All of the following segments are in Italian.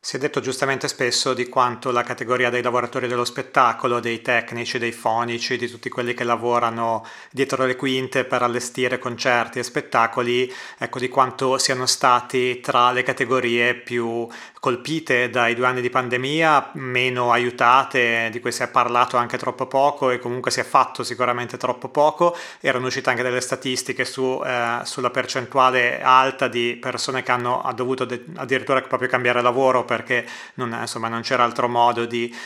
Si è detto giustamente spesso di quanto la categoria dei lavoratori dello spettacolo, dei tecnici, dei fonici, di tutti quelli che lavorano dietro le quinte per allestire concerti e spettacoli, ecco, di quanto siano stati tra le categorie più colpite dai 2 anni di pandemia, meno aiutate, di cui si è parlato anche troppo poco e comunque si è fatto sicuramente troppo poco. Erano uscite anche delle statistiche sulla percentuale alta di persone che hanno dovuto addirittura proprio cambiare lavoro perché insomma, non c'era altro modo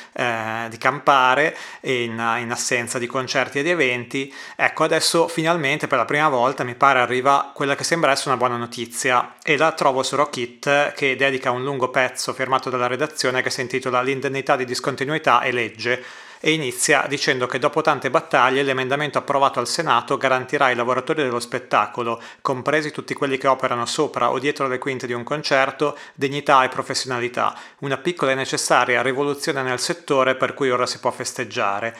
di campare in assenza di concerti e di eventi. Ecco, adesso finalmente per la prima volta mi pare arriva quella che sembra essere una buona notizia e la trovo su Rock It, che dedica un lungo pezzo firmato dalla redazione che si intitola L'indennità di discontinuità e legge, e inizia dicendo che dopo tante battaglie l'emendamento approvato al Senato garantirà ai lavoratori dello spettacolo, compresi tutti quelli che operano sopra o dietro le quinte di un concerto, dignità e professionalità, una piccola e necessaria rivoluzione nel settore per cui ora si può festeggiare.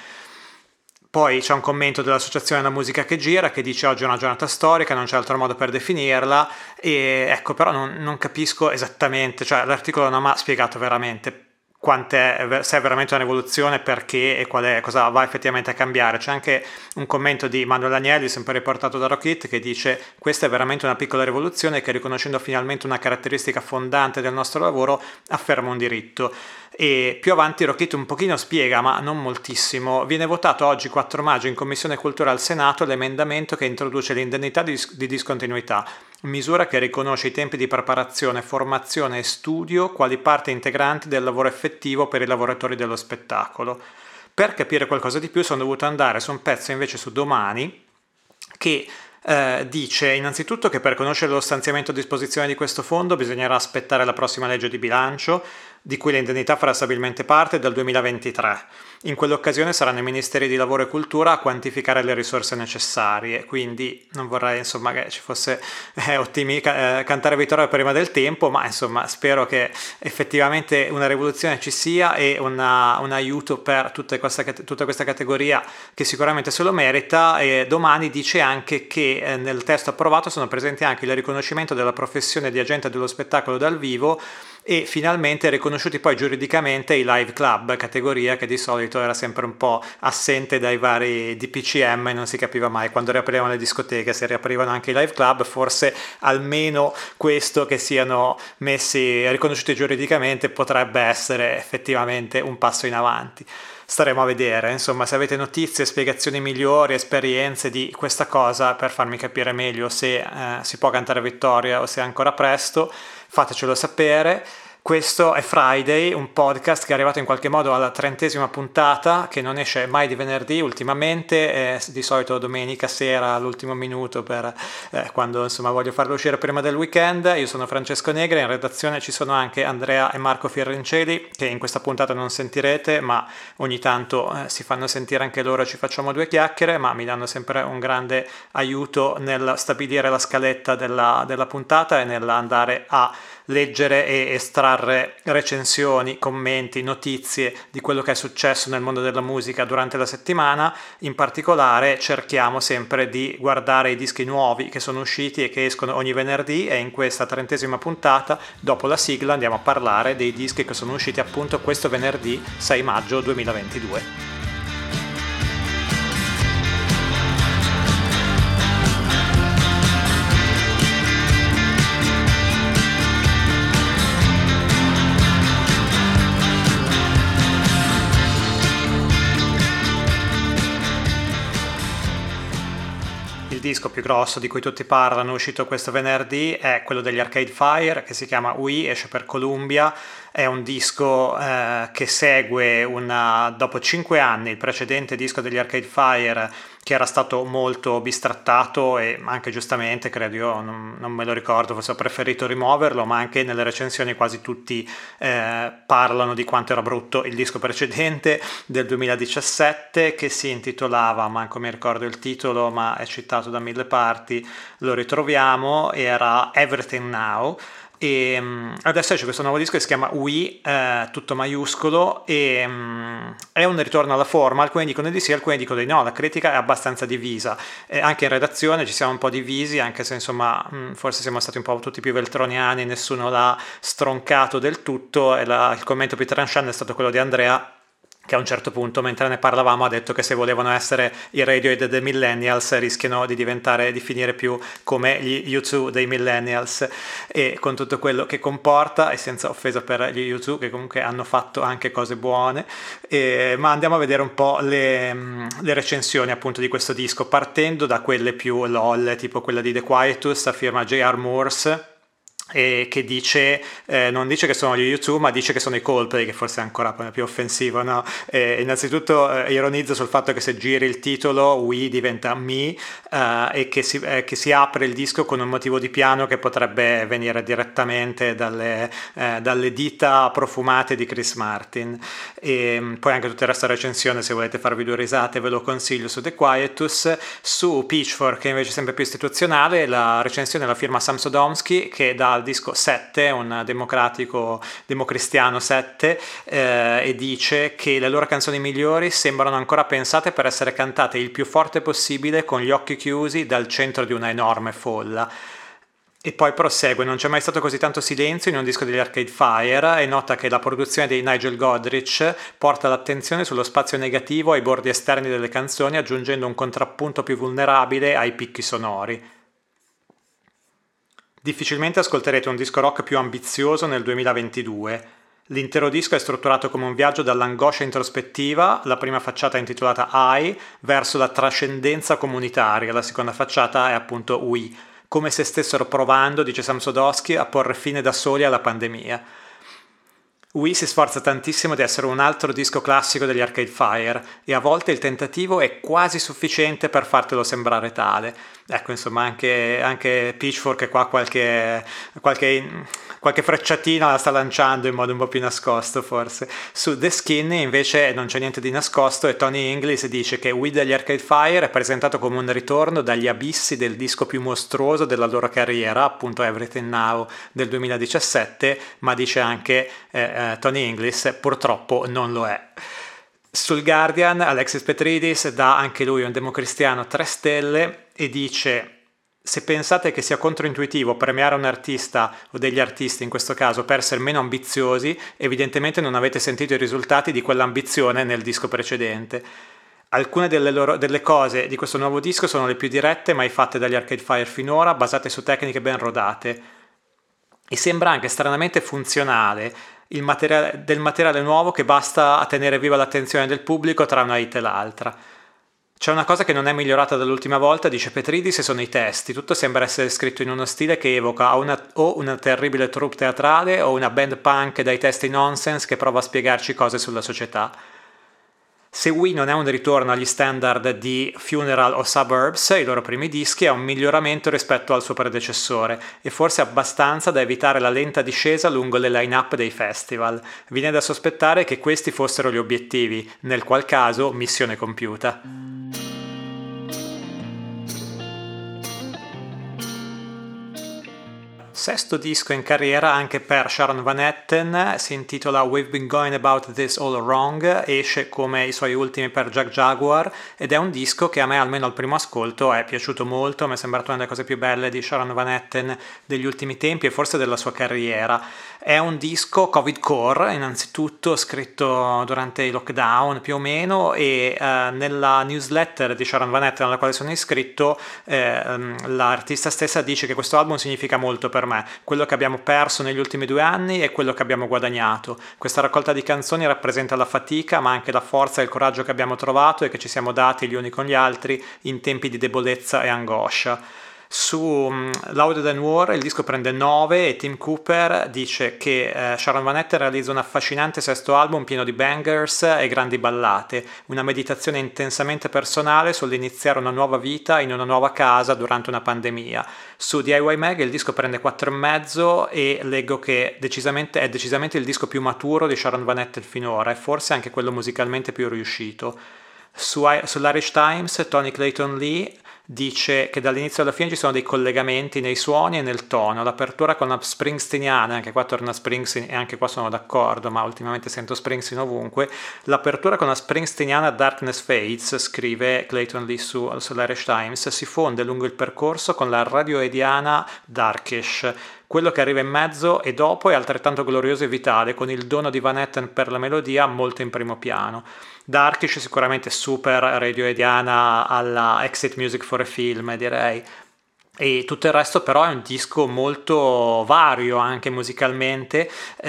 Poi c'è un commento dell'Associazione della Musica che Gira che dice oggi è una giornata storica, non c'è altro modo per definirla, e ecco, però non capisco esattamente, cioè l'articolo non mi ha spiegato veramente se è veramente un'evoluzione, perché e cosa va effettivamente a cambiare. C'è anche un commento di Manuel Agnelli, sempre riportato da Rockit, che dice questa è veramente una piccola rivoluzione che, riconoscendo finalmente una caratteristica fondante del nostro lavoro, afferma un diritto. E più avanti Rockit un pochino spiega, ma non moltissimo. Viene votato oggi 4 maggio in Commissione Cultura al Senato l'emendamento che introduce l'indennità di discontinuità, misura che riconosce i tempi di preparazione, formazione e studio quali parte integrante del lavoro effettivo per i lavoratori dello spettacolo. Per capire qualcosa di più sono dovuto andare su un pezzo invece su Domani, che dice innanzitutto che per conoscere lo stanziamento a disposizione di questo fondo bisognerà aspettare la prossima legge di bilancio, di cui l'indennità farà stabilmente parte, dal 2023. In quell'occasione saranno i Ministeri di Lavoro e Cultura a quantificare le risorse necessarie, quindi non vorrei insomma che ci fosse cantare vittoria prima del tempo, ma insomma spero che effettivamente una rivoluzione ci sia e un aiuto per tutta questa categoria che sicuramente se lo merita. E Domani dice anche che nel testo approvato sono presenti anche il riconoscimento della professione di agente dello spettacolo dal vivo e finalmente riconosciuti poi giuridicamente i live club, categoria che di solito era sempre un po' assente dai vari DPCM e non si capiva mai quando riaprivano le discoteche, se riaprivano anche i live club. Forse almeno questo, che siano riconosciuti giuridicamente, potrebbe essere effettivamente un passo in avanti. Staremo a vedere, insomma, se avete notizie, spiegazioni migliori, esperienze di questa cosa per farmi capire meglio se si può cantare vittoria o se è ancora presto, fatecelo sapere. Questo è Friday, un podcast che è arrivato in qualche modo alla 30ª puntata, che non esce mai di venerdì ultimamente, di solito domenica sera all'ultimo minuto quando insomma voglio farlo uscire prima del weekend. Io sono Francesco Negri, in redazione ci sono anche Andrea e Marco Fiorencelli, che in questa puntata non sentirete, ma ogni tanto si fanno sentire anche loro e ci facciamo 2 chiacchiere, ma mi danno sempre un grande aiuto nel stabilire la scaletta della puntata e nell'andare a leggere e estrarre recensioni, commenti, notizie di quello che è successo nel mondo della musica durante la settimana. In particolare cerchiamo sempre di guardare i dischi nuovi che sono usciti e che escono ogni venerdì, e in questa 30ª puntata, dopo la sigla, andiamo a parlare dei dischi che sono usciti appunto questo venerdì 6 maggio 2022. Il disco più grosso di cui tutti parlano, uscito questo venerdì, è quello degli Arcade Fire, che si chiama We, esce per Columbia. È un disco che segue dopo 5 anni il precedente disco degli Arcade Fire, che era stato molto bistrattato e anche giustamente, credo, io non me lo ricordo, forse ho preferito rimuoverlo, ma anche nelle recensioni quasi tutti parlano di quanto era brutto il disco precedente del 2017, che si intitolava, manco mi ricordo il titolo, ma è citato da mille parti, lo ritroviamo, era Everything Now. E adesso esce questo nuovo disco che si chiama We, tutto maiuscolo, e è un ritorno alla forma. Alcuni dicono di sì, alcuni dicono di no. La critica è abbastanza divisa, anche in redazione ci siamo un po' divisi, anche se insomma forse siamo stati un po' tutti più veltroniani, nessuno l'ha stroncato del tutto, e il commento più tranchant è stato quello di Andrea, che a un certo punto, mentre ne parlavamo, ha detto che se volevano essere i Radiohead dei millennials rischiano di finire più come gli U2 dei millennials, e con tutto quello che comporta, e senza offesa per gli U2 che comunque hanno fatto anche cose buone. Ma andiamo a vedere un po' le recensioni appunto di questo disco, partendo da quelle più lol, tipo quella di The Quietus a firma J.R. Morse, che dice, non dice che sono gli U2, ma dice che sono i Coldplay, che forse è ancora più offensivo, no? Innanzitutto ironizzo sul fatto che se giri il titolo We diventa Me, e che si apre il disco con un motivo di piano che potrebbe venire direttamente dalle dita profumate di Chris Martin. E poi anche tutta il resto della recensione, se volete farvi due risate, ve lo consiglio su The Quietus. Su Pitchfork, che invece è sempre più istituzionale, la recensione la firma Sam Sodomsky, che dà al disco 7, un democristiano 7, e dice che le loro canzoni migliori sembrano ancora pensate per essere cantate il più forte possibile con gli occhi chiusi dal centro di una enorme folla. E poi prosegue: non c'è mai stato così tanto silenzio in un disco degli Arcade Fire, e nota che la produzione di Nigel Godrich porta l'attenzione sullo spazio negativo ai bordi esterni delle canzoni, aggiungendo un contrappunto più vulnerabile ai picchi sonori. Difficilmente ascolterete un disco rock più ambizioso nel 2022. L'intero disco è strutturato come un viaggio dall'angoscia introspettiva, la prima facciata è intitolata I, verso la trascendenza comunitaria, la seconda facciata è appunto We, come se stessero provando, dice Sam Sodomsky, a porre fine da soli alla pandemia. We si sforza tantissimo di essere un altro disco classico degli Arcade Fire, e a volte il tentativo è quasi sufficiente per fartelo sembrare tale. Ecco, insomma, anche Pitchfork qua qualche frecciatina la sta lanciando in modo un po' più nascosto, forse. Su The Skin invece non c'è niente di nascosto, e Tony Inglis dice che We degli Arcade Fire è presentato come un ritorno dagli abissi del disco più mostruoso della loro carriera, appunto Everything Now del 2017, ma dice anche Tony Inglis, purtroppo non lo è. Sul Guardian Alexis Petridis dà anche lui un democristiano 3 stelle e dice: se pensate che sia controintuitivo premiare un artista o degli artisti in questo caso per essere meno ambiziosi, evidentemente non avete sentito i risultati di quell'ambizione nel disco precedente. Alcune delle cose di questo nuovo disco sono le più dirette mai fatte dagli Arcade Fire finora, basate su tecniche ben rodate, e sembra anche stranamente funzionale del materiale nuovo che basta a tenere viva l'attenzione del pubblico tra una hit e l'altra. C'è una cosa che non è migliorata dall'ultima volta, dice Petridis, e sono i testi. Tutto sembra essere scritto in uno stile che evoca o una terribile troupe teatrale o una band punk dai testi nonsense che prova a spiegarci cose sulla società. Se We non è un ritorno agli standard di Funeral o Suburbs, i loro primi dischi, è un miglioramento rispetto al suo predecessore, e forse abbastanza da evitare la lenta discesa lungo le line-up dei festival. Viene da sospettare che questi fossero gli obiettivi, nel qual caso missione compiuta. Sesto disco in carriera anche per Sharon Van Etten, si intitola We've Been Going About This All Wrong, esce come i suoi ultimi per Jack Jaguar, ed è un disco che a me, almeno al primo ascolto, è piaciuto molto. Mi è sembrato una delle cose più belle di Sharon Van Etten degli ultimi tempi e forse della sua carriera. È un disco Covid-core, innanzitutto, scritto durante i lockdown più o meno, e nella newsletter di Sharon Van Etten alla quale sono iscritto, l'artista stessa dice che questo album significa molto per me, quello che abbiamo perso negli ultimi 2 anni e quello che abbiamo guadagnato. Questa raccolta di canzoni rappresenta la fatica, ma anche la forza e il coraggio che abbiamo trovato e che ci siamo dati gli uni con gli altri in tempi di debolezza e angoscia. Su Louder Than War il disco prende 9, e Tim Cooper dice che Sharon Van Etten realizza un affascinante sesto album pieno di bangers e grandi ballate, una meditazione intensamente personale sull'iniziare una nuova vita in una nuova casa durante una pandemia. Su DIY Mag il disco prende 4,5, e leggo che è decisamente il disco più maturo di Sharon Van Etten finora, e forse anche quello musicalmente più riuscito. Sull'Irish Times Tony Clayton Lee dice che dall'inizio alla fine ci sono dei collegamenti nei suoni e nel tono. L'apertura con la springsteeniana, anche qua torna Springsteen e anche qua sono d'accordo, ma ultimamente sento Springsteen ovunque. L'apertura con la springsteeniana Darkness Fades, scrive Clayton Lee sull'Irish Times, si fonde lungo il percorso con la radioediana Darkish. Quello che arriva in mezzo e dopo è altrettanto glorioso e vitale, con il dono di Van Etten per la melodia molto in primo piano. Darkish sicuramente super radioediana alla Exit Music for a Film, direi. E tutto il resto però è un disco molto vario anche musicalmente,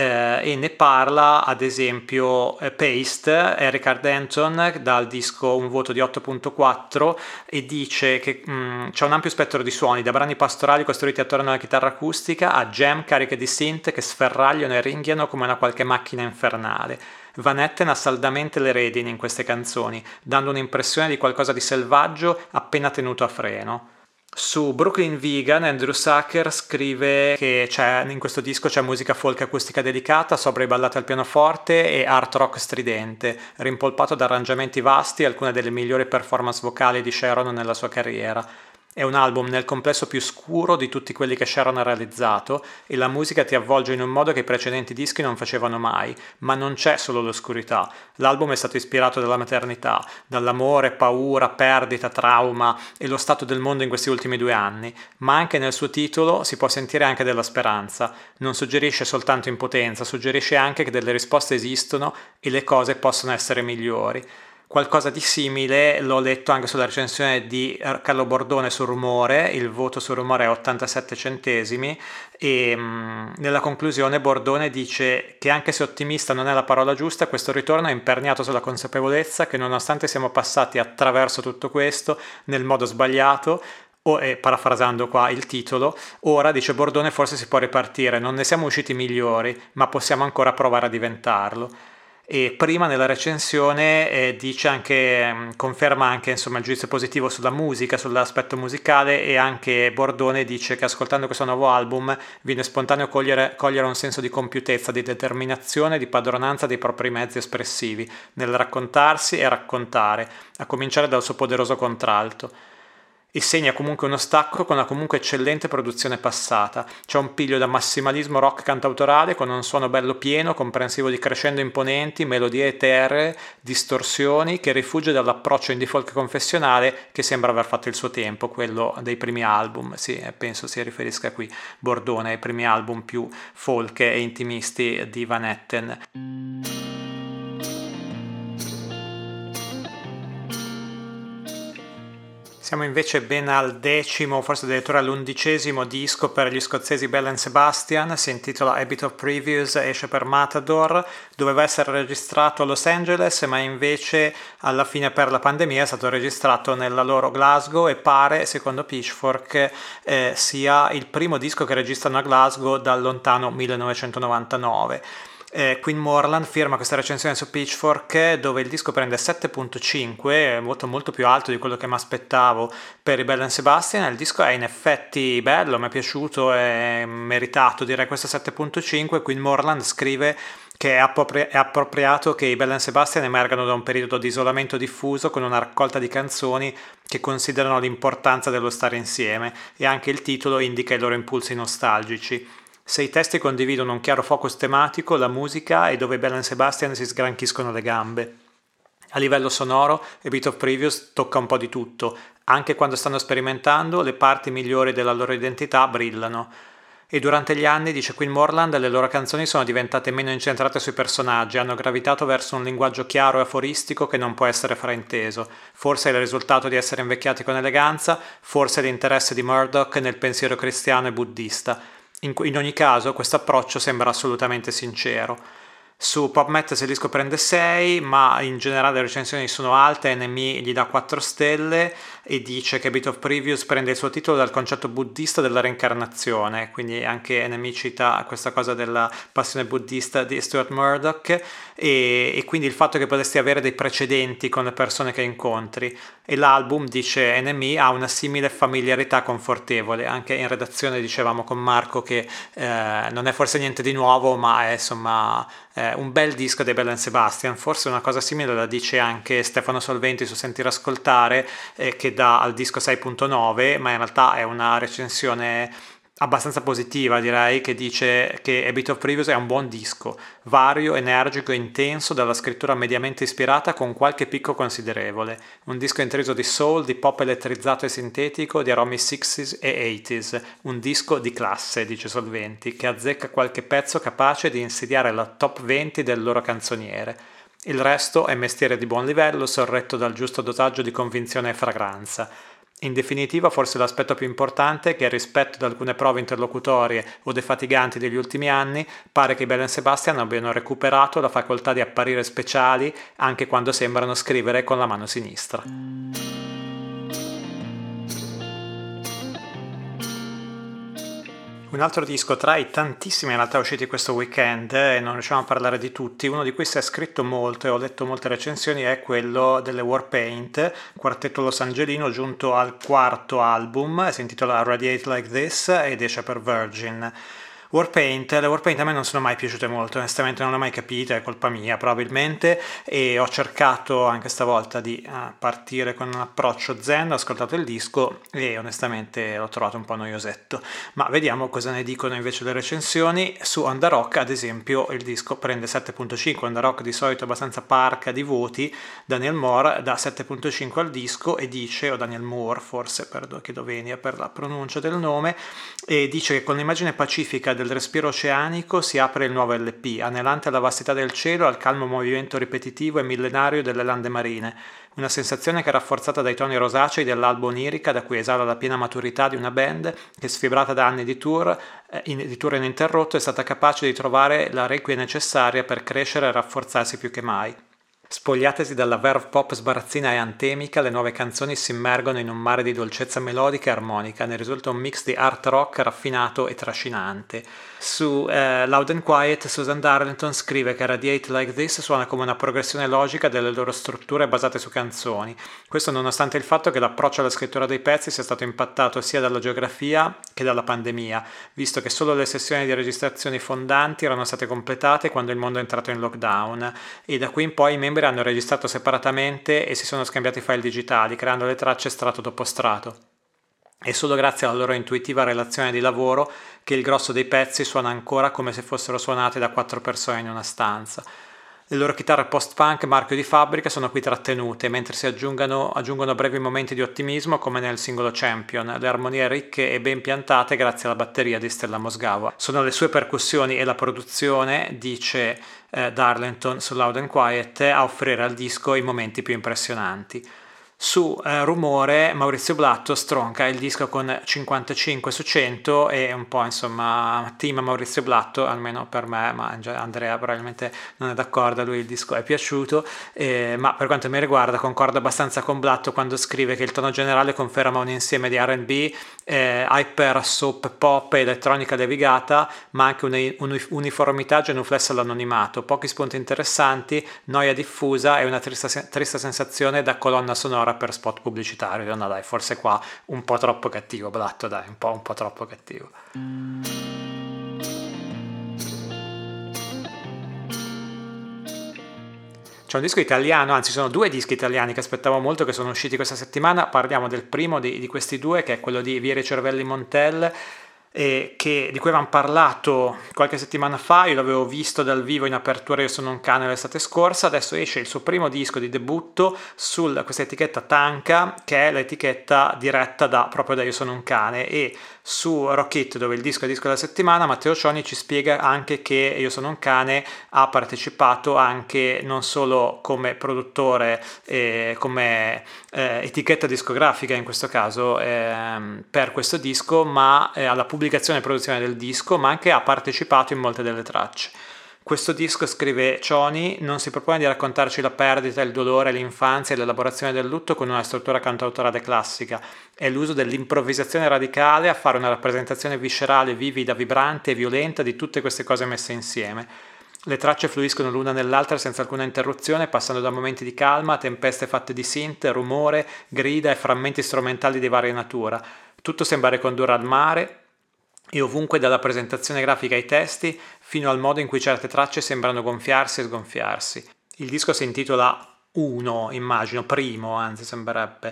e ne parla ad esempio Paste, Eric Ardington, dal disco un voto di 8.4, e dice che c'è un ampio spettro di suoni, da brani pastorali costruiti attorno alla chitarra acustica a jam cariche di synth che sferragliano e ringhiano come una qualche macchina infernale. Van Etten ha saldamente le redini in queste canzoni, dando un'impressione di qualcosa di selvaggio appena tenuto a freno. Su Brooklyn Vegan, Andrew Sacker scrive che in questo disco c'è musica folk acustica delicata, sobre ballate al pianoforte e art rock stridente, rimpolpato da arrangiamenti vasti e alcune delle migliori performance vocali di Sharon nella sua carriera. È un album nel complesso più scuro di tutti quelli che Sharon ha realizzato e la musica ti avvolge in un modo che i precedenti dischi non facevano mai, ma non c'è solo l'oscurità. L'album è stato ispirato dalla maternità, dall'amore, paura, perdita, trauma e lo stato del mondo in questi ultimi 2 anni, ma anche nel suo titolo si può sentire anche della speranza. Non suggerisce soltanto impotenza, suggerisce anche che delle risposte esistono e le cose possono essere migliori. Qualcosa di simile l'ho letto anche sulla recensione di Carlo Bordone su Rumore, il voto su Rumore è 87 centesimi e nella conclusione Bordone dice che anche se ottimista non è la parola giusta, questo ritorno è imperniato sulla consapevolezza che nonostante siamo passati attraverso tutto questo nel modo sbagliato, parafrasando qua il titolo, ora, dice Bordone, forse si può ripartire, non ne siamo usciti migliori, ma possiamo ancora provare a diventarlo. E prima nella recensione dice anche, conferma anche insomma il giudizio positivo sulla musica, sull'aspetto musicale, e anche Bordone dice che ascoltando questo nuovo album viene spontaneo cogliere un senso di compiutezza, di determinazione, di padronanza dei propri mezzi espressivi nel raccontarsi e raccontare, a cominciare dal suo poderoso contralto. E segna comunque uno stacco con una comunque eccellente produzione passata. C'è un piglio da massimalismo rock cantautorale con un suono bello pieno, comprensivo di crescendo imponenti, melodie eteree, distorsioni, che rifugge dall'approccio indie folk confessionale che sembra aver fatto il suo tempo, quello dei primi album. Sì, penso si riferisca qui Bordone ai primi album più folk e intimisti di Van Etten. Siamo invece ben al 10°, forse addirittura all'11° disco per gli scozzesi Bell & Sebastian, si intitola A Bit of Previews, esce per Matador, doveva essere registrato a Los Angeles, ma invece alla fine per la pandemia è stato registrato nella loro Glasgow e pare, secondo Pitchfork, sia il primo disco che registrano a Glasgow dal lontano 1999. Queen Moreland firma questa recensione su Pitchfork dove il disco prende 7.5, molto molto più alto di quello che mi aspettavo per i Bell & Sebastian. Il disco è in effetti bello, mi è piaciuto, è meritato direi questo 7.5. Queen Moreland scrive che è appropriato che i Bell & Sebastian emergano da un periodo di isolamento diffuso con una raccolta di canzoni che considerano l'importanza dello stare insieme, e anche il titolo indica i loro impulsi nostalgici. Se i testi condividono un chiaro focus tematico, la musica è dove Bell & Sebastian si sgranchiscono le gambe. A livello sonoro, A Bit of Previews tocca un po' di tutto. Anche quando stanno sperimentando, le parti migliori della loro identità brillano. E durante gli anni, dice Queen Moreland, le loro canzoni sono diventate meno incentrate sui personaggi, hanno gravitato verso un linguaggio chiaro e aforistico che non può essere frainteso. Forse è il risultato di essere invecchiati con eleganza, forse è l'interesse di Murdoch nel pensiero cristiano e buddista. In ogni caso, questo approccio sembra assolutamente sincero. Su PubMed il disco prende 6, ma in generale le recensioni sono alte. NME gli dà 4 stelle e dice che Bit of Previews prende il suo titolo dal concetto buddista della reincarnazione, quindi anche NME cita questa cosa della passione buddista di Stuart Murdoch e quindi il fatto che potresti avere dei precedenti con le persone che incontri. E l'album, dice NME, ha una simile familiarità confortevole. Anche in redazione dicevamo con Marco che non è forse niente di nuovo, ma è insomma un bel disco dei Belle Sebastian. Forse una cosa simile la dice anche Stefano Solventi su Sentire Ascoltare, che dà al disco 6.9, ma in realtà è una recensione abbastanza positiva, direi, che dice che Habit of Previous è un buon disco, vario, energico e intenso, dalla scrittura mediamente ispirata con qualche picco considerevole. Un disco intriso di soul, di pop elettrizzato e sintetico, di aromi 60s e 80s. Un disco di classe, dice Solventi, che azzecca qualche pezzo capace di insediare la top 20 del loro canzoniere. Il resto è mestiere di buon livello, sorretto dal giusto dosaggio di convinzione e fragranza. In definitiva, forse l'aspetto più importante è che rispetto ad alcune prove interlocutorie o defatiganti degli ultimi anni, pare che i Belle Sebastian abbiano recuperato la facoltà di apparire speciali anche quando sembrano scrivere con la mano sinistra. Un altro disco tra i tantissimi in realtà usciti questo weekend, e non riusciamo a parlare di tutti, uno di cui si è scritto molto e ho letto molte recensioni, è quello delle Warpaint, quartetto losangelino giunto al quarto album, si intitola Radiate Like This ed esce per Virgin. Le Warpaint a me non sono mai piaciute molto, onestamente non l'ho mai capita, è colpa mia probabilmente, e ho cercato anche stavolta di partire con un approccio zen, ho ascoltato il disco e onestamente l'ho trovato un po' noiosetto, ma vediamo cosa ne dicono invece le recensioni. Su On The Rock ad esempio il disco prende 7.5, On The Rock di solito è abbastanza parca di voti, Daniel Moore dà 7.5 al disco e dice, o Daniel Moore forse, chiedo venia per la pronuncia del nome, e dice che con l'immagine pacifica del respiro oceanico si apre il nuovo LP, anelante alla vastità del cielo, al calmo movimento ripetitivo e millenario delle lande marine. Una sensazione che è rafforzata dai toni rosacei dell'alba onirica da cui esala la piena maturità di una band che, sfibrata da anni di tour ininterrotto, è stata capace di trovare la requie necessaria per crescere e rafforzarsi più che mai. Spogliatesi dalla verve pop sbarazzina e antemica, le nuove canzoni si immergono in un mare di dolcezza melodica e armonica, ne risulta un mix di art rock raffinato e trascinante. Su Loud and Quiet, Susan Darlington scrive che Radiate Like This suona come una progressione logica delle loro strutture basate su canzoni. Questo nonostante il fatto che l'approccio alla scrittura dei pezzi sia stato impattato sia dalla geografia che dalla pandemia, visto che solo le sessioni di registrazioni fondanti erano state completate quando il mondo è entrato in lockdown, e da qui in poi i membri hanno registrato separatamente e si sono scambiati file digitali, creando le tracce strato dopo strato. È solo grazie alla loro intuitiva relazione di lavoro che il grosso dei pezzi suona ancora come se fossero suonati da 4 persone in una stanza. Le loro chitarre post-punk, marchio di fabbrica, sono qui trattenute, mentre si aggiungono brevi momenti di ottimismo come nel singolo Champion, le armonie ricche e ben piantate grazie alla batteria di Stella Mosgava. Sono le sue percussioni e la produzione, dice Darlington su Loud and Quiet, a offrire al disco i momenti più impressionanti. Su Rumore Maurizio Blatto stronca il disco con 55 su 100 e un po' insomma team Maurizio Blatto, almeno per me, ma Andrea probabilmente non è d'accordo, a lui il disco è piaciuto, ma per quanto mi riguarda concordo abbastanza con Blatto quando scrive che il tono generale conferma un insieme di R&B, hyper soap pop e elettronica levigata, ma anche un'uniformità genuflessa all'anonimato, pochi spunti interessanti, noia diffusa e una triste sensazione da colonna sonora per spot pubblicitario. No dai, forse qua un po' troppo cattivo Blatto, dai, un po' troppo cattivo. C'è un disco italiano, anzi sono 2 dischi italiani che aspettavo molto, che sono usciti questa settimana. Parliamo del primo di questi 2, che è quello di Vieri Cervelli Montel, di cui avevamo parlato qualche settimana fa. Io l'avevo visto dal vivo in apertura Io sono un cane l'estate scorsa. Adesso esce il suo primo disco di debutto su questa etichetta Tanka, che è l'etichetta diretta proprio da Io sono un cane, e su Rock It, dove il disco è disco della settimana, Matteo Cioni ci spiega anche che Io sono un cane ha partecipato anche non solo come produttore, come etichetta discografica in questo caso, per questo disco, ma alla pubblicazione e produzione del disco, ma anche ha partecipato in molte delle tracce. Questo disco, scrive Cioni, non si propone di raccontarci la perdita, il dolore, l'infanzia e l'elaborazione del lutto con una struttura cantautorale classica. È l'uso dell'improvvisazione radicale a fare una rappresentazione viscerale, vivida, vibrante e violenta di tutte queste cose messe insieme. Le tracce fluiscono l'una nell'altra senza alcuna interruzione, passando da momenti di calma a tempeste fatte di synth, rumore, grida e frammenti strumentali di varia natura. Tutto sembra ricondurre al mare, e ovunque dalla presentazione grafica ai testi fino al modo in cui certe tracce sembrano gonfiarsi e sgonfiarsi. Il disco si intitola Uno, immagino, primo, anzi sembrerebbe,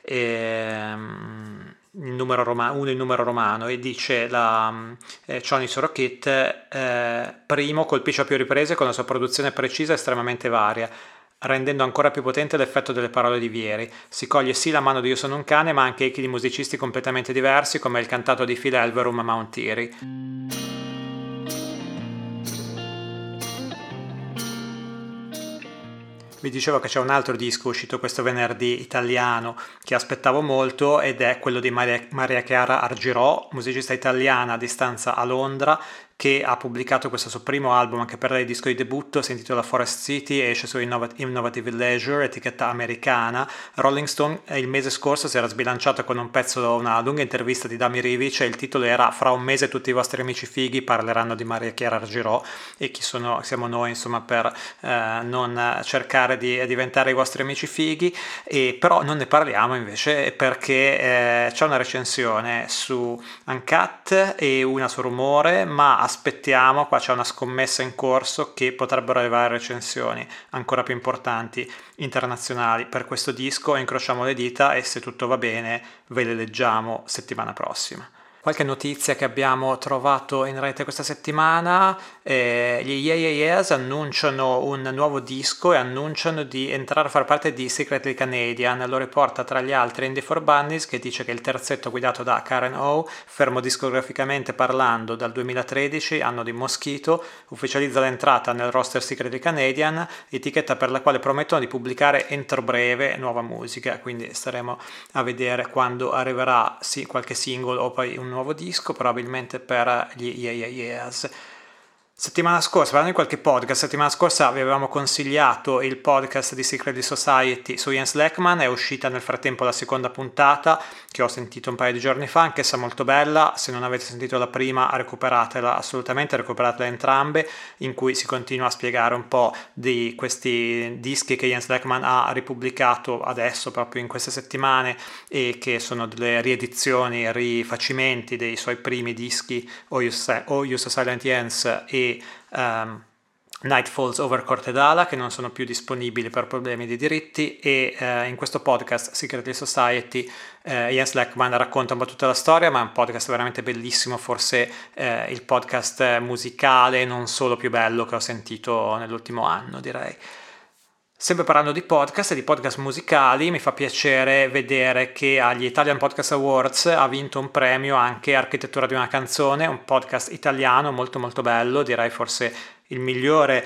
il numero uno in numero romano, e dice Johnny Sorokit, primo colpisce a più riprese con la sua produzione precisa e estremamente varia, rendendo ancora più potente l'effetto delle parole di Vieri. Si coglie sì la mano di Io sono un cane, ma anche echi di musicisti completamente diversi, come il cantato di Phil Elverum Mount Eerie. Vi dicevo che c'è un altro disco uscito questo venerdì italiano che aspettavo molto, ed è quello di Maria Chiara Argirò, musicista italiana a distanza a Londra, che ha pubblicato questo suo primo album, anche per lei il disco di debutto, si intitola Forest City, esce su Innovative Leisure, etichetta americana. Rolling Stone il mese scorso si era sbilanciato con un pezzo, una lunga intervista di Dami Rivic, e il titolo era Fra un mese tutti i vostri amici fighi parleranno di Maria Chiara Argirò, e chi siamo noi insomma per non cercare di diventare i vostri amici fighi, e però non ne parliamo invece perché c'è una recensione su Uncut e una su Rumore, ma aspettiamo, qua c'è una scommessa in corso che potrebbero arrivare recensioni ancora più importanti internazionali per questo disco, incrociamo le dita e se tutto va bene ve le leggiamo settimana prossima. Qualche notizia che abbiamo trovato in rete questa settimana: gli Yeah Yeah Yeahs annunciano un nuovo disco e annunciano di entrare a far parte di Secretly Canadian. Lo riporta tra gli altri Indie for Bunnies, che dice che il terzetto guidato da Karen O, fermo discograficamente parlando dal 2013, anno di Mosquito, ufficializza l'entrata nel roster Secretly Canadian, etichetta per la quale promettono di pubblicare entro breve nuova musica, quindi staremo a vedere quando arriverà sì qualche singolo o poi un nuovo disco, probabilmente per gli Yeah Yeah Yeahs. Settimana scorsa, parlando di qualche podcast, settimana scorsa vi avevamo consigliato il podcast di Secretly Society su Jens Lekman, è uscita nel frattempo la seconda puntata che ho sentito un paio di giorni fa, anch'essa molto bella. Se non avete sentito la prima recuperatela assolutamente, recuperatela entrambe, in cui si continua a spiegare un po' di questi dischi che Jens Lekman ha ripubblicato adesso proprio in queste settimane, e che sono delle riedizioni, rifacimenti dei suoi primi dischi, O You So Silent Jens e Night Falls Over Cortedala, che non sono più disponibili per problemi di diritti, e in questo podcast Secretly Society Jens Lekman racconta un po' tutta la storia, ma è un podcast veramente bellissimo, forse il podcast musicale non solo più bello che ho sentito nell'ultimo anno, direi. Sempre parlando di podcast e di podcast musicali, mi fa piacere vedere che agli Italian Podcast Awards ha vinto un premio anche Architettura di una canzone, un podcast italiano molto molto bello, direi forse il migliore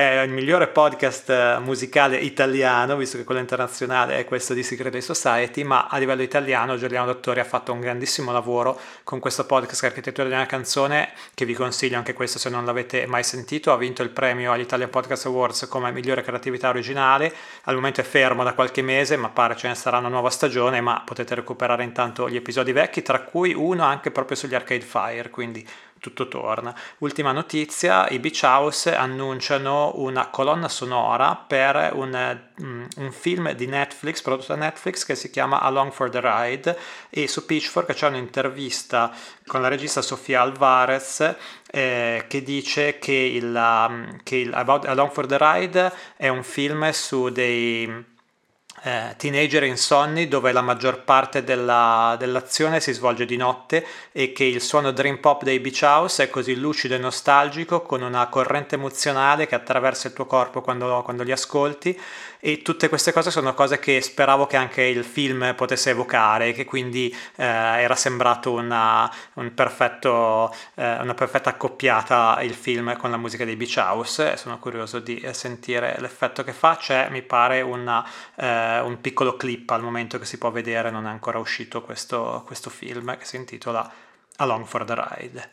podcast musicale italiano, visto che quello internazionale è questo di Secret Society, ma a livello italiano Giuliano Dottori ha fatto un grandissimo lavoro con questo podcast Architettura di una canzone, che vi consiglio anche questo se non l'avete mai sentito. Ha vinto il premio agli Italian Podcast Awards come migliore creatività originale, al momento è fermo da qualche mese, ma pare ce ne sarà una nuova stagione, ma potete recuperare intanto gli episodi vecchi, tra cui uno anche proprio sugli Arcade Fire, quindi tutto torna. Ultima notizia: i Beach House annunciano una colonna sonora per un film di Netflix, prodotto da Netflix, che si chiama Along for the Ride, e su Pitchfork c'è un'intervista con la regista Sofia Alvarez che dice che About Along for the Ride è un film su dei teenager insonni, dove la maggior parte dell'azione si svolge di notte, e che il suono dream pop dei Beach House è così lucido e nostalgico, con una corrente emozionale che attraversa il tuo corpo quando li ascolti, e tutte queste cose sono cose che speravo che anche il film potesse evocare, che quindi era sembrato una perfetta accoppiata il film con la musica dei Beach House. Sono curioso di sentire l'effetto che fa. C'è, mi pare, un piccolo clip al momento che si può vedere, non è ancora uscito questo film, che si intitola Along for the Ride.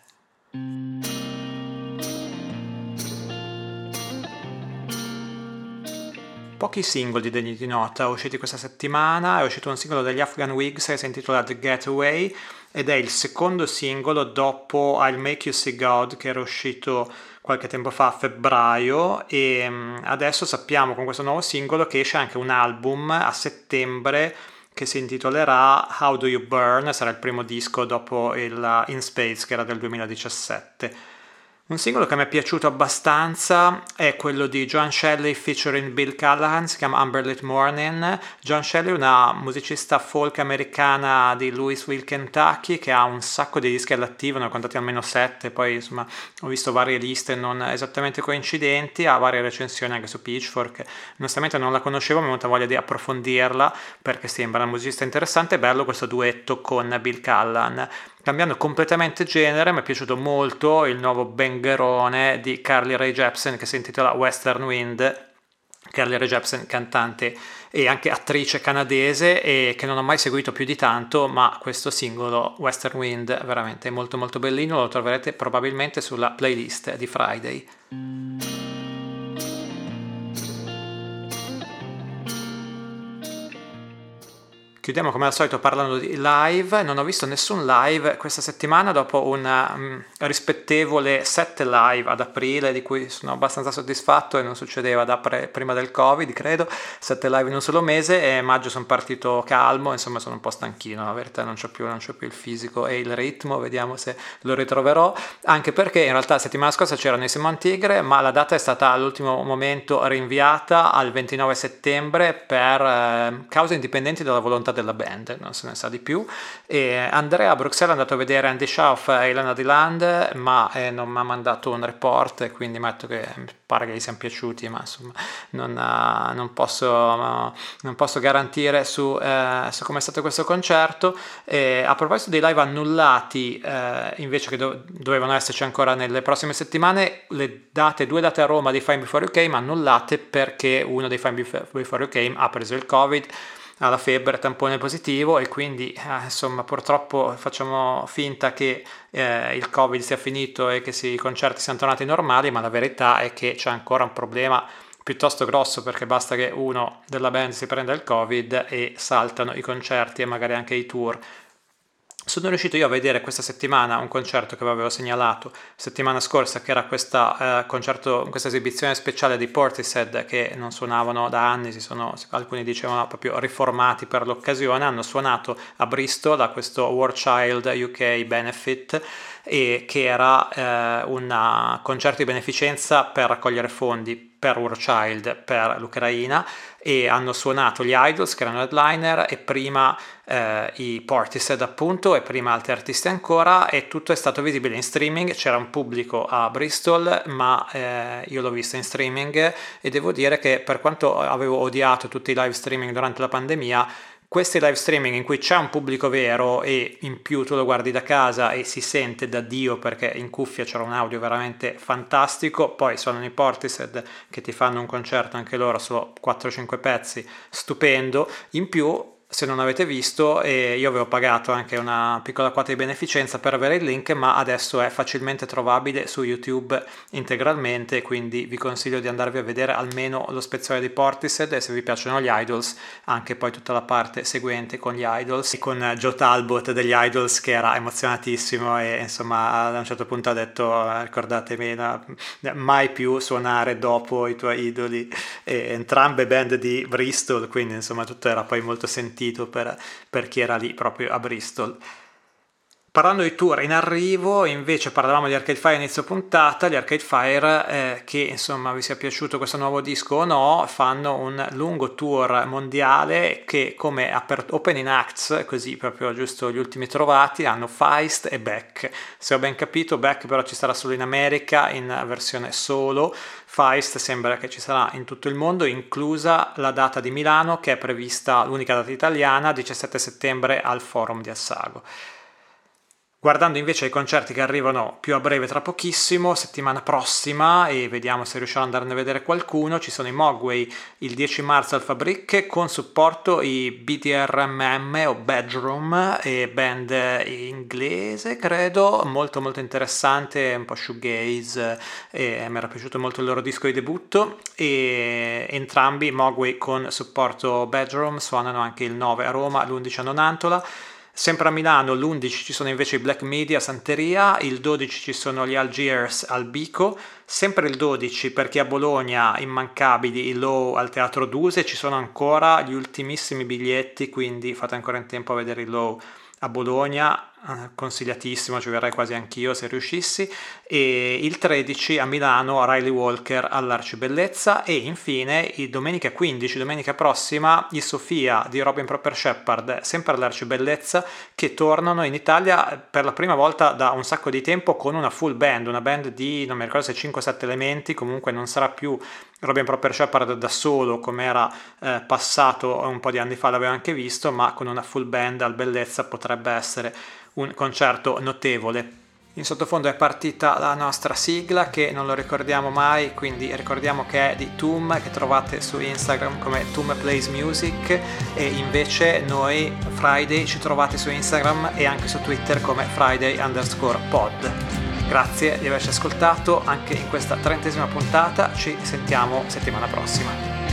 Pochi singoli degni di nota usciti questa settimana. È uscito un singolo degli Afghan Whigs che si intitola The Getaway, ed è il secondo singolo dopo I'll Make You See God, che era uscito qualche tempo fa, a febbraio, e adesso sappiamo con questo nuovo singolo che esce anche un album a settembre che si intitolerà How Do You Burn, sarà il primo disco dopo il In Space che era del 2017. Un singolo che mi è piaciuto abbastanza è quello di Joan Shelley featuring Bill Callahan, si chiama Umberlit Morning. Joan Shelley è una musicista folk americana di Louisville, Kentucky, che ha un sacco di dischi all'attivo, ne ho contati almeno 7, poi insomma ho visto varie liste non esattamente coincidenti, ha varie recensioni anche su Pitchfork. Onestamente non la conoscevo, mi è venuta voglia di approfondirla perché sembra una musicista interessante. È bello questo duetto con Bill Callahan. Cambiando completamente genere, mi è piaciuto molto il nuovo bangherone di Carly Rae Jepsen che si intitola Western Wind. Carly Rae Jepsen, cantante e anche attrice canadese, e che non ho mai seguito più di tanto, ma questo singolo Western Wind è veramente molto molto bellino, lo troverete probabilmente sulla playlist di Friday. Chiudiamo come al solito parlando di live. Non ho visto nessun live questa settimana dopo un rispettevole 7 live ad aprile, di cui sono abbastanza soddisfatto e non succedeva da prima del Covid, credo. 7 live in un solo mese, e maggio sono partito calmo, insomma sono un po' stanchino, la verità non c'ho più il fisico e il ritmo, vediamo se lo ritroverò, anche perché in realtà la settimana scorsa c'erano i Simon Tigre, ma la data è stata all'ultimo momento rinviata al 29 settembre per cause indipendenti dalla volontà della band, non se ne sa di più. E Andrea a Bruxelles è andato a vedere Andy Schauf e Elena Deland, ma non mi ha mandato un report, e quindi mi ha detto che pare che gli siano piaciuti, ma insomma non posso garantire su come è stato questo concerto. E a proposito dei live annullati, invece, che dovevano esserci ancora nelle prossime settimane, due date a Roma di Fine Before You Came annullate perché uno dei Fine Before You Came ha preso il Covid, ha la febbre, tampone positivo, e quindi insomma purtroppo facciamo finta che il Covid sia finito e che i concerti siano tornati normali, ma la verità è che c'è ancora un problema piuttosto grosso, perché basta che uno della band si prenda il Covid e saltano i concerti e magari anche i tour. Sono riuscito io a vedere questa settimana un concerto che vi avevo segnalato settimana scorsa, che era questa esibizione speciale di Portishead, che non suonavano da anni, alcuni dicevano proprio riformati per l'occasione. Hanno suonato a Bristol a questo War Child UK Benefit, e che era un concerto di beneficenza per raccogliere fondi per War Child per l'Ucraina, e hanno suonato gli Idols che erano headliner, e prima i Portishead appunto, e prima altri artisti ancora, e tutto è stato visibile in streaming. C'era un pubblico a Bristol, ma io l'ho visto in streaming, e devo dire che, per quanto avevo odiato tutti i live streaming durante la pandemia, questi live streaming in cui c'è un pubblico vero e in più tu lo guardi da casa e si sente da Dio, perché in cuffia c'era un audio veramente fantastico. Poi sono i Portishead che ti fanno un concerto anche loro, solo 4-5 pezzi, stupendo. In più, se non avete visto, io avevo pagato anche una piccola quota di beneficenza per avere il link, ma adesso è facilmente trovabile su YouTube integralmente, quindi vi consiglio di andarvi a vedere almeno lo spezzone di Portishead, e se vi piacciono gli Idols anche poi tutta la parte seguente con gli Idols, e con Joe Talbot degli Idols che era emozionatissimo, e insomma a un certo punto ha detto ricordatemi mai più suonare dopo i tuoi idoli, e entrambe band di Bristol, quindi insomma tutto era poi molto sentito per chi era lì proprio a Bristol. Parlando di tour in arrivo, invece, parlavamo di Arcade Fire a inizio puntata. Gli Arcade Fire, che insomma vi sia piaciuto questo nuovo disco o no, fanno un lungo tour mondiale che, come opening acts, così proprio giusto gli ultimi trovati, hanno Feist e Beck. Se ho ben capito, Beck però ci sarà solo in America in versione solo. Feist sembra che ci sarà in tutto il mondo, inclusa la data di Milano, che è prevista, l'unica data italiana, 17 settembre al Forum di Assago. Guardando invece ai concerti che arrivano più a breve, tra pochissimo, settimana prossima, e vediamo se riuscirò ad andarne a vedere qualcuno, ci sono i Mogwai il 10 marzo al Fabric, con supporto i BDRMM o Bedroom, e band inglese credo, molto molto interessante, un po' shoegaze, e mi era piaciuto molto il loro disco di debutto. E entrambi, Mogwai con supporto Bedroom, suonano anche il 9 a Roma, l'11 a Nonantola. Sempre a Milano l'11 ci sono invece i Black Midi a Santeria, il 12 ci sono gli Algiers al Bico, sempre il 12 per chi a Bologna immancabili i Low al Teatro Duse, ci sono ancora gli ultimissimi biglietti, quindi fate ancora in tempo a vedere i Low a Bologna, consigliatissimo, ci verrei quasi anch'io se riuscissi, e il 13 a Milano Riley Walker all'Arcibellezza, e infine domenica 15, domenica prossima, i Sofia di Robin Proper Shepherd, sempre all'Arcibellezza, che tornano in Italia per la prima volta da un sacco di tempo con una full band, una band di, non mi ricordo se 5-7 elementi, comunque non sarà più Robin Proper Shepherd da solo come era passato un po' di anni fa, l'avevo anche visto, ma con una full band al Bellezza potrebbe essere un concerto notevole. In sottofondo è partita la nostra sigla che non lo ricordiamo mai, quindi ricordiamo che è di Toom, che trovate su Instagram come Toom Plays Music, e invece noi Friday ci trovate su Instagram e anche su Twitter come Friday_pod. Grazie di averci ascoltato anche in questa 30ª puntata, ci sentiamo settimana prossima.